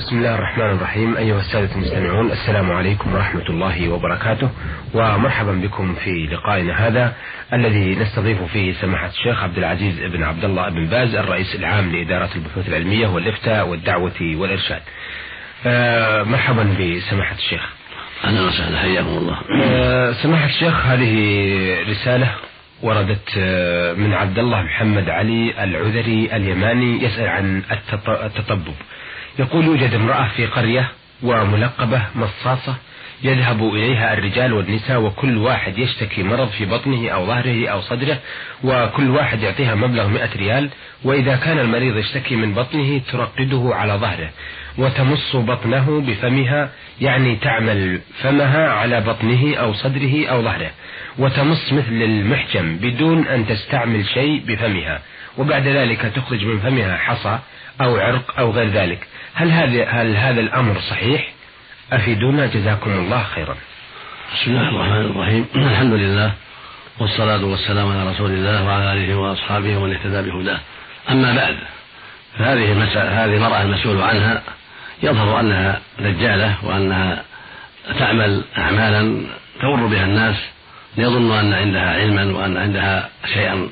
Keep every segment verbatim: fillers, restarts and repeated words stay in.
بسم الله الرحمن الرحيم. أيها السادة المستمعون، السلام عليكم ورحمة الله وبركاته، ومرحبا بكم في لقائنا هذا الذي نستضيف فيه سماحة الشيخ عبد العزيز بن عبد الله بن باز، الرئيس العام لإدارة البحوث العلمية والإفتاء والدعوة والإرشاد. آه مرحبا بسماحة الشيخ. أهلا وسهلا، حياكم الله. آه سماحة الشيخ، هذه رسالة وردت من عبد الله محمد علي العذري اليماني، يسأل عن التطبب. يقول: يوجد امرأة في قرية وملقبة مصاصة، يذهب إليها الرجال والنساء، وكل واحد يشتكي مرض في بطنه أو ظهره أو صدره، وكل واحد يعطيها مبلغ مئة ريال، وإذا كان المريض يشتكي من بطنه ترقده على ظهره وتمص بطنه بفمها، يعني تعمل فمها على بطنه أو صدره أو ظهره، وتمص مثل المحجم بدون أن تستعمل شيء بفمها، وبعد ذلك تخرج من فمها حصى أو عرق أو غير ذلك. هل هذا هل هذا الأمر صحيح؟ أفيدونا جزاكم الله خيرا. بسم الله الرحمن الرحيم. الحمد لله والصلاة والسلام على رسول الله وعلى آله وأصحابه ومن اهتدى بهداه. أما بعد، فهذه المسألة هذه المرأة المسؤول عنها يظهر أنها دجالة، وأنها تعمل أعمالا تغر بها الناس ليظن أن عندها علما وأن عندها شيئا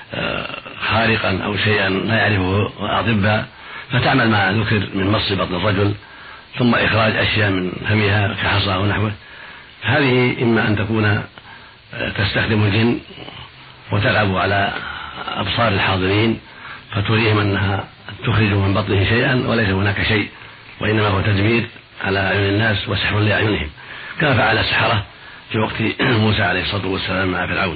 خارقا أو شيئا لا يعرفه الأطباء، فتعمل ما ذكر من مص بطن الرجل ثم إخراج أشياء من فمها كحصى ونحوه. هذه إما أن تكون تستخدم الجن وتلعب على أبصار الحاضرين فتريهم أنها تخرج من بطنه شيئا وليس هناك شيء، وإنما هو تدمير على أعين الناس وسحر لأعينهم، كما فعل السحرة في وقت موسى عليه الصلاة والسلام مع فرعون.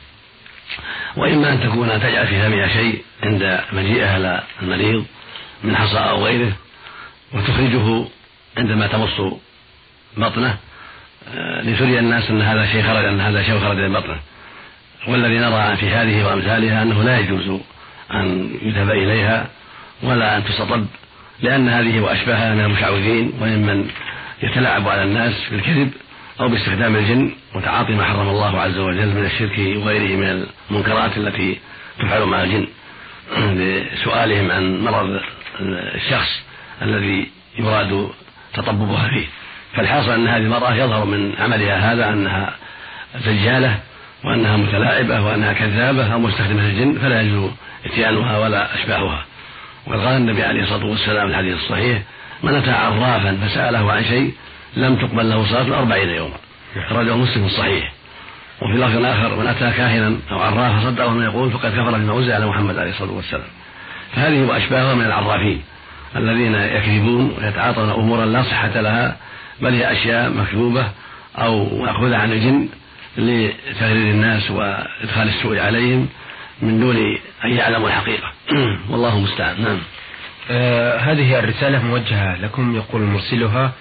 وإما أن تكون تجعل في فمها شيء عند مجيئها إلى المريض من حصى أو غيره وتخرجه عندما تمص بطنه لتري الناس أن هذا شيء خرج أن هذا شيء خرج من بطنه. والذي نرى في هذه وأمثالها أنه لا يجوز أن يذهب إليها ولا أن تستطب، لأن هذه وأشباهها من المشعوذين وممن يتلاعب على الناس بالكذب أو باستخدام الجن وتعاطي ما حرم الله عز وجل من الشرك وغيره من المنكرات التي تفعل مع الجن لسؤالهم عن مرض الشخص الذي يراد تطببها فيه. فالحاصل أن هذه المرأة يظهر من عملها هذا أنها دجالة وأنها متلاعبة وأنها كذابة أو مستخدمة الجن، فلا يجوز اتيانها ولا أشباهها. وقد قال النبي عليه الصلاة والسلام في الحديث الصحيح: من أتى عرافا فسأله عن شيء لم تقبل له صلاة أربعين يوما، أخرجه مسلم الصحيح. وفي لفظ آخر: من أتى كاهنا أو عرافا صدقه من يقول فقد كفر بما أنزل على محمد عليه الصلاة والسلام. فهذه وأشباهها من العرافين الذين يكذبون ويتعاطون أمورا لا صحة لها، بل هي أشياء مكذوبة أو مأخوذة عن الجن لتغرير الناس وإدخال السوء عليهم من دون أن يعلموا الحقيقة. والله المستعان. نعم. آه هذه الرسالة موجهة لكم. يقول مرسلها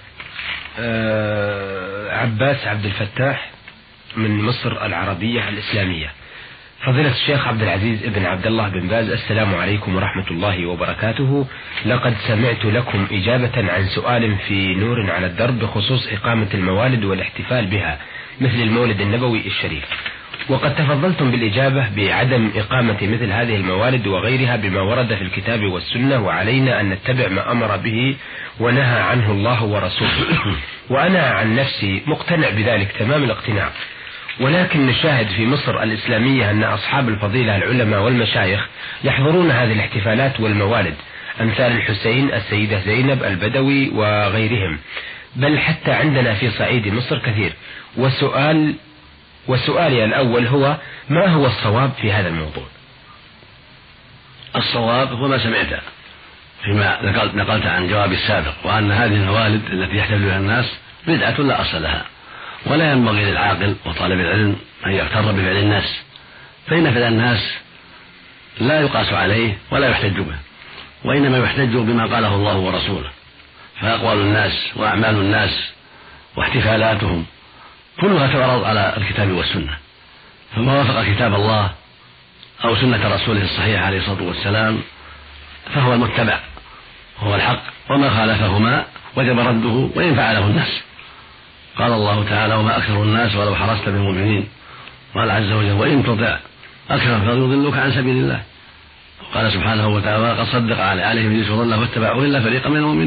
آه عباس عبد الفتاح من مصر العربية الإسلامية. فضيلة الشيخ عبد العزيز بن عبد الله بن باز، السلام عليكم ورحمة الله وبركاته. لقد سمعت لكم إجابة عن سؤال في نور على الدرب بخصوص إقامة الموالد والاحتفال بها مثل المولد النبوي الشريف، وقد تفضلتم بالإجابة بعدم إقامة مثل هذه الموالد وغيرها بما ورد في الكتاب والسنة، وعلينا أن نتبع ما أمر به ونهى عنه الله ورسوله. وأنا عن نفسي مقتنع بذلك تمام الاقتناع، ولكن نشاهد في مصر الإسلامية أن أصحاب الفضيلة العلماء والمشايخ يحضرون هذه الاحتفالات والموالد، أمثال الحسين، السيدة زينب، البدوي وغيرهم، بل حتى عندنا في صعيد مصر كثير. وسؤال وسؤالي الأول هو: ما هو الصواب في هذا الموضوع؟ الصواب هو ما سمعت فيما نقلت عن جواب السابق، وأن هذه الموالد التي يحتفل بها الناس بدعة لا أصل لها، ولا ينبغي للعاقل وطالب العلم أن يغتر بفعل الناس، فإن فعل الناس لا يقاس عليه ولا يحتج به، وإنما يحتج بما قاله الله ورسوله. فأقوال الناس وأعمال الناس واحتفالاتهم كلها تعرض على الكتاب والسنة، فما وافق كتاب الله أو سنة رسوله الصحيح عليه الصلاة والسلام فهو المتبع وهو الحق، وما خالفهما وجب رده وإن فعله الناس. قال الله تعالى: وما أكثر الناس ولو حرصت بالمؤمنين. قال عز وجل: وإن تطع أكثر فيضلوك عن سبيل الله. وقال سبحانه وتعالى: قد صدق عليهم إبليس وضله واتبعوا إلا فريقا من المؤمنين.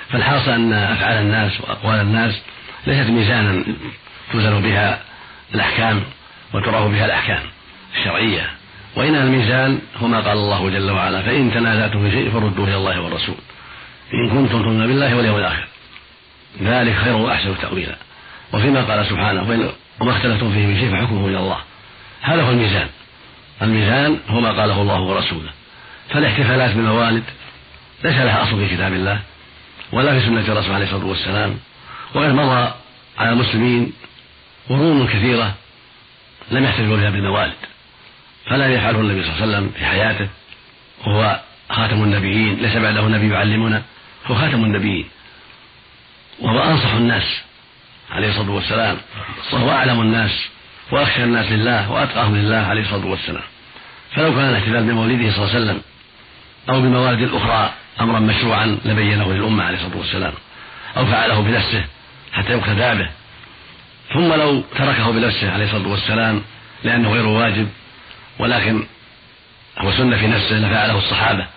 فالحاصل أن أفعال الناس وأقوال الناس ليست ميزانا توزن بها الأحكام وتراه بها الأحكام الشرعية، وإنما الميزان هو ما قال الله جل وعلا: فإن تنازعتم في شيء فردوه إلى الله والرسول إن كنتم تؤمنون بالله واليوم الآخر ذلك خير وأحسن تأويلا. وفيما قال سبحانه: وما اختلفتم فيه من شيء فحكمه إلى الله. هذا هو الميزان. الميزان هو ما قاله الله ورسوله. فالاحتفالات بالموالد ليس لها أصل في كتاب الله ولا في سنة الرسول عليه الصلاة والسلام، وقد مضى على المسلمين قرون كثيرة لم يحتفلوا بها بالموالد، فلا يفعله النبي صلى الله عليه وسلم في حياته، وهو خاتم النبيين، ليس بعده نبي يعلمنا، هو خاتم النبيين وهو أنصح الناس عليه الصلاة والسلام، وهو أعلم الناس وأخشى الناس لله وأتقاهم لله عليه الصلاة والسلام. فلو كان الاحتفال بمولده صلى الله عليه وسلم أو بالموالد الأخرى أمرا مشروعا لبينه للأمة عليه الصلاة والسلام، أو فعله بنفسه حتى يقتدى به، ثم لو تركه بنفسه عليه الصلاة والسلام لأنه غير واجب ولكن هو سنة في نفسه لفعله الصحابة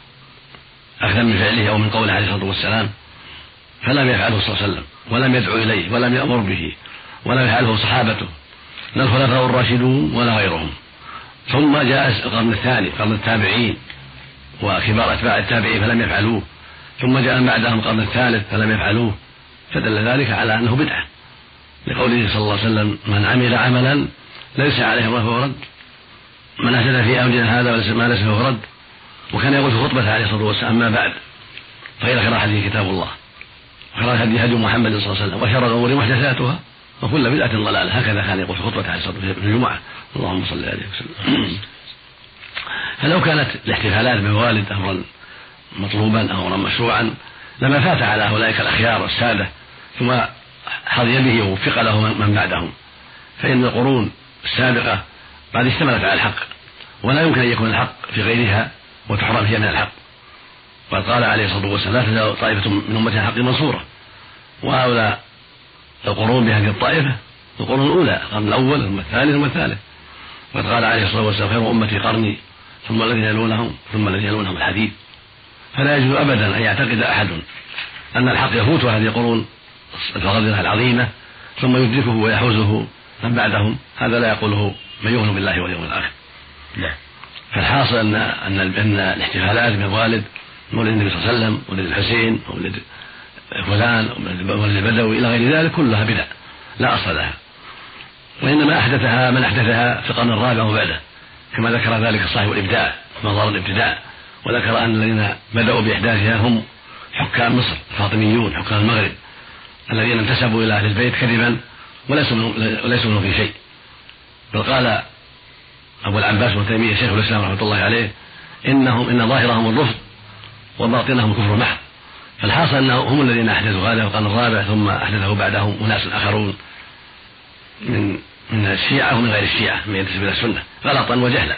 أخذا من فعله أو من قوله عليه الصلاة والسلام، فلم يفعله صلى الله عليه وسلم ولم يدعو إليه ولم يأمر به ولم يفعله صحابته لا الخلفاء الراشدون ولا غيرهم. ثم جاء القرن الثاني قرن التابعين وكبار أتباع التابعين فلم يفعلوه، ثم جاء بعدهم القرن الثالث فلم يفعلوه، فدل ذلك على أنه بدعة، لقوله صلى الله عليه وسلم: من عمل عملا ليس عليه أمره فهو رد، من أحدث في أمرنا هذا ما ليس فهو رد. وكان يقول في خطبته عليه الصلاة والسلام: أما بعد فإن خير الحديث كتاب الله وخير الهدي هدي محمد صلى الله عليه وسلم وشر الأمور محدثاتها وكل بدعة ضلالة. هكذا كان يقول في خطبته عليه الصلاة والسلام في الجمعة، اللهم صل عليه وسلم. فلو كانت الاحتفالات بالموالد أمرا مطلوبا أو أمرا مشروعا لما فات على أولئك الأخيار والسادة، ثم حظي به ووفق له من بعدهم، فإن القرون السابقة قد اشتملت على الحق ولا يمكن أن يكون الحق في غيرها وتحرم فيها من الحق. وقد قال عليه الصلاة والسلام: لا تزال طائفة من أمة الحق منصورة. وهؤلاء القرون بهذه الطائفة القرون الأولى، القرن الأول ثم الثاني ثم الثالث. وقد قال عليه الصلاة والسلام: خير أمتي قرني ثم الذين يلونهم ثم الذين يلونهم الحديث. فلا يجوز أبدا أن يعتقد أحد أن الحق يفوت هذه القرون الفضيلة العظيمة ثم يدركه ويحوزه من بعدهم، هذا لا يقوله من يؤمن بالله واليوم الآخر. لا. فالحاصل أن أن أن الاحتفالات بالموالد، مولد النبي صلى الله عليه وسلم، مولد الحسين، مولد فلان، مولد البدوي إلى غير ذلك، كلها بدع لا أصل لها، وإنما أحدثها من أحدثها في القرن الرابع وبعده، كما ذكر ذلك صاحب الإبداع مظاهر الابتداع، وذكر أن الذين بدأوا بإحداثها هم حكام مصر الفاطميون حكام المغرب الذين انتسبوا إلى أهل البيت كذبا وليسوا منهم في شيء. بل قال أبو العباس بن تيمية شيخ الإسلام رحمة الله عليه: إنهم إن ظاهرهم الرفض وباطنهم كفر محض. فالحاصل أنهم هم الذين أحدثوا هذا في القرن الرابع، ثم أحدثه بعدهم أناس آخرون من من الشيعة ومن غير الشيعة من ينتسب إلى السنة غلطا وجهلا.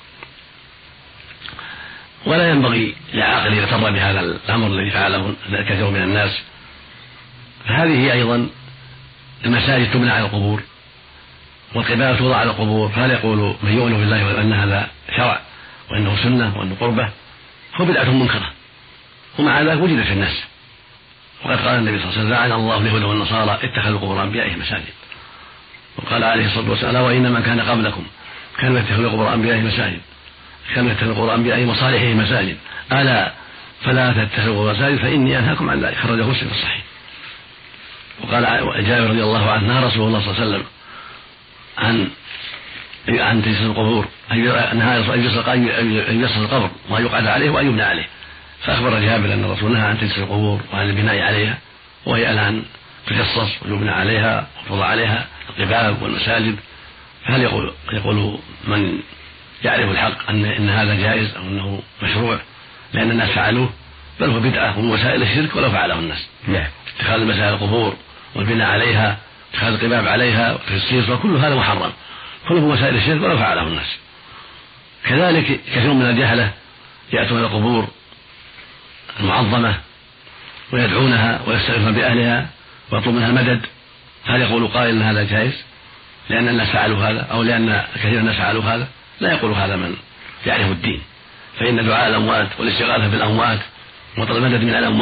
ولا ينبغي لعاقل يغتر بهذا الأمر الذي فعله كثير من الناس. فهذه أيضا المساجد تبنى على القبور والقباب توضع على القبور، فهل يقول من يؤمن بالله وأن هذا شرع وأنه سنة وأنه قربة؟ هو بدعة منكرة، ومع ذلك وجد في الناس. وقد قال النبي صلى الله عليه وسلم: لعن الله اليهود والنصارى اتخذوا قبور أنبيائهم مساجد. وقال عليه الصلاة والسلام: وإنما كان قبلكم كانوا يتخذوا قبور أنبيائهم مساجد، كانوا يتخذوا قبور أنبيائهم وصالحهم مساجد، ألا فلا تتخذوا مساجد فإني أنهاكم عن ذلك. خرجه مسلم في الصحيح. وقال جابر رضي الله عنه: نهى رسول الله صلى الله عليه وسلم عن عن تجسس القبور، نهى أن يجسس القبر وأن يقعد عليه وأن يبنى عليه. فأخبر جابر أن الرسول نهى عن تجسس القبور وعن البناء عليها، وهي الآن تجسس ويبنى عليها وتوضع عليها القباب والمساجد. فهل يقول يقول من يعرف الحق أن إن هذا جائز أو أنه مشروع لأن الناس فعلوه؟ بل هو بدعة ومن وسائل الشرك ولو فعله الناس. نعم. اتخاذ المساجد القبور والبناء عليها، اتخاذ القباب عليها والتجسيس، وكل هذا محرم، كله وسائل الشرك ولو فعله الناس. كذلك كثير من الجهلة يأتون إلى القبور المعظمة ويدعونها ويستغيثون بأهلها ويطلب منها المدد. هل يقول قائل أن هذا جائز لأن الناس فعلوا هذا أو لأن كثير من الناس فعلوا هذا؟ لا يقول هذا من يعرف الدين. فإن دعاء الأموات والاستغاثة بالأموات وطلب المدد من الأموات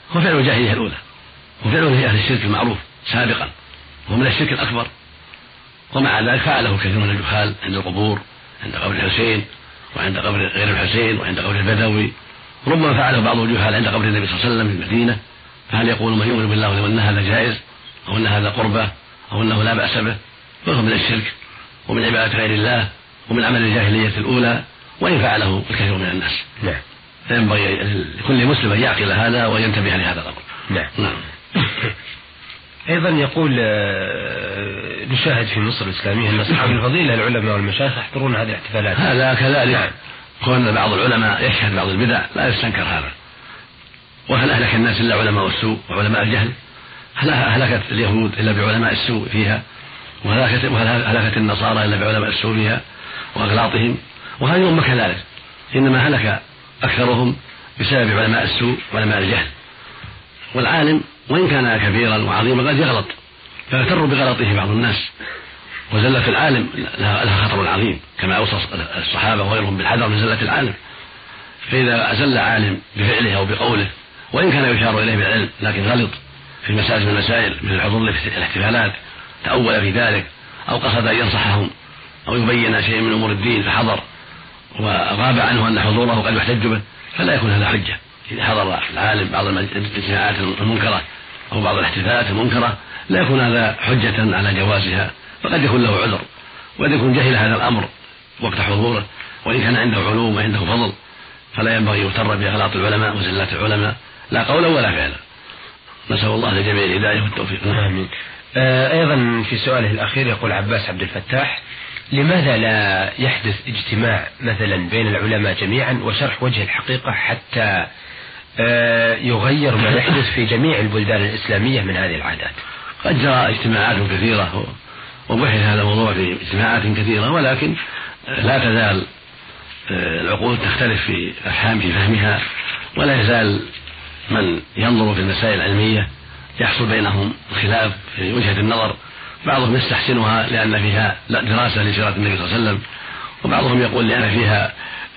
هو فعل الجاهلية الأولى، وفعله في أهل الشرك المعروف سابقا، وهو من الشرك الأكبر. ومع ذلك فعله كثير من الجهال عند القبور، عند قبر الحسين وعند قبر غير الحسين وعند قبر البدوي. ربما فعله بعض الجهال عند قبر النبي صلى الله عليه وسلم في المدينة، فهل يقول من يؤمن بالله لو أن هذا جائز أو أن هذا قربة أو أنه لا بأس به؟ وهو من الشرك ومن عبادة غير الله ومن عمل الجاهلية الأولى، وإن فعله الكثير من الناس. نعم. فينبغي لكل مسلم أن يعقل هذا وينتبه لهذا الأمر. نعم. نعم. أيضا يقول نشاهد في مصر الإسلامية أن أصحاب الفضيلة العلماء والمشايخ يحضرون هذه الاحتفالات. هذا كذلك. نعم. كون بعض العلماء يشهد بعض البدع لا يستنكر هذا. وهل أهلك الناس إلا علماء السوء وعلماء الجهل؟ هل أهلكت اليهود إلا بعلماء السوء فيها؟ وهل هلكت النصارى إلا بعلماء السوء فيها وأغلاطهم؟ وهذه الأمة كذلك، إنما هلك أكثرهم بسبب علماء السوء وعلماء الجهل. والعالم وإن كان كبيرا وعظيما قد يغلط، فيغتر بغلطه بعض الناس، وزلة العالم لها خطر عظيم كما أوصى الصحابة وغيرهم بالحذر من زلة العالم. فإذا أزل عالم بفعله أو بقوله وإن كان يشار إليه بالعلم لكن غلط في مسائل من المسائل مثل الحضور الاحتفالات، تأول في ذلك أو قصد أن ينصحهم أو يبين شيء من أمور الدين فحضر وغاب عنه أن حضوره قد يحتج به، فلا يكون هذا حجة. إذا حضر العالم بعض الاجتماعات المنكرة أو بعض الاحتفالات المنكرة لا يكون هذا حجة على جوازها، فقد يكون له عذر وقد يكون جهل هذا الأمر وقت حضوره، وإن كان عنده علوم وعنده فضل فلا ينبغي يغتر بأغلاط العلماء وزلات العلماء لا قولا ولا فعلا. نسأل الله لجميع الهداية والتوفيق. آمين. أيضا في سؤاله الأخير يقول عباس عبد الفتاح: لماذا لا يحدث اجتماع مثلا بين العلماء جميعا وشرح وجه الحقيقة حتى يغير ما يحدث في جميع البلدان الإسلامية من هذه العادات؟ قد جرى اجتماعات كثيرة وبحث هذا الموضوع في اجتماعات كثيرة، ولكن لا تزال العقول تختلف في أفهام في فهمها، ولا يزال من ينظر في المسائل العلمية يحصل بينهم خلاف في وجهة النظر. بعضهم يستحسنها لأن فيها دراسة لسيرة النبي صلى الله عليه وسلم، وبعضهم يقول لأن فيها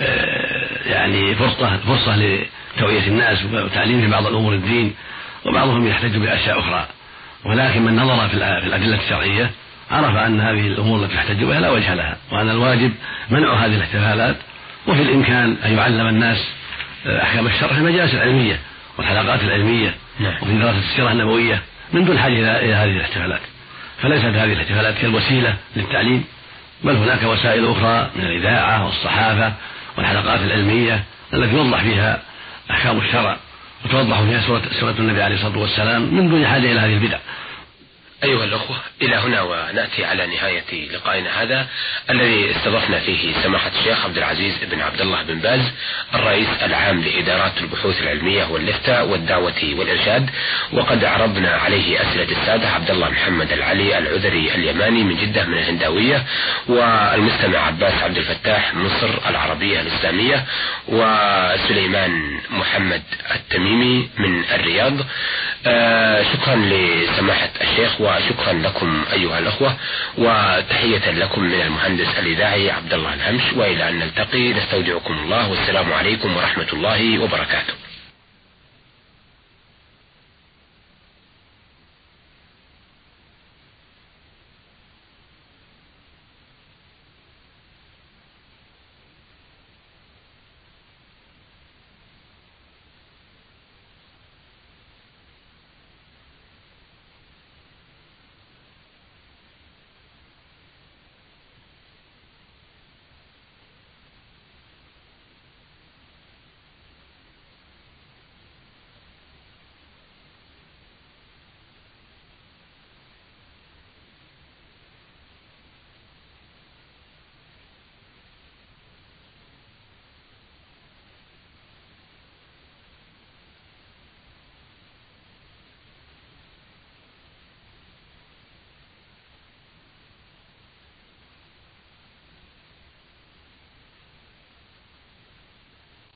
يعني فرصة فرصة لتوعية الناس وتعليم في بعض الأمور الدين، وبعضهم يحتج بأشياء أخرى. ولكن من نظر في الأدلة الشرعية عرف أن هذه الأمور التي يحتج بها لا وجه لها، وأن الواجب منع هذه الاحتفالات، وفي الإمكان أن يعلم الناس أحكام الشرع في المجالس العلمية والحلقات العلمية وفي دراسة السيرة النبوية من دون حاجة إلى هذه الاحتفالات. فليست هذه الاحتفالات كالوسيلة للتعليم، بل هناك وسائل أخرى من الإذاعة والصحافة والحلقات العلمية التي يوضح فيها أحكام الشرع وتوضح فيها سورة النبي عليه الصلاة والسلام من دون حاجة إلى هذه البدع. أيها الأخوة، إلى هنا ونأتي على نهاية لقائنا هذا الذي استضفنا فيه سماحة الشيخ عبد العزيز بن عبد الله بن باز الرئيس العام لإدارات البحوث العلمية والإفتاء والدعوة والإرشاد، وقد عرضنا عليه أسئلة السادة عبد الله محمد العلي العذري اليماني من جدة من الهنداوية، والمستمع عباس عبد الفتاح مصر العربية الإسلامية، وسليمان محمد التميمي من الرياض. آه شكرا لسماحة الشيخ وشكرا لكم أيها الأخوة، وتحية لكم من المهندس الإذاعي عبد الله الهمش، وإلى أن نلتقي نستودعكم الله والسلام عليكم ورحمة الله وبركاته.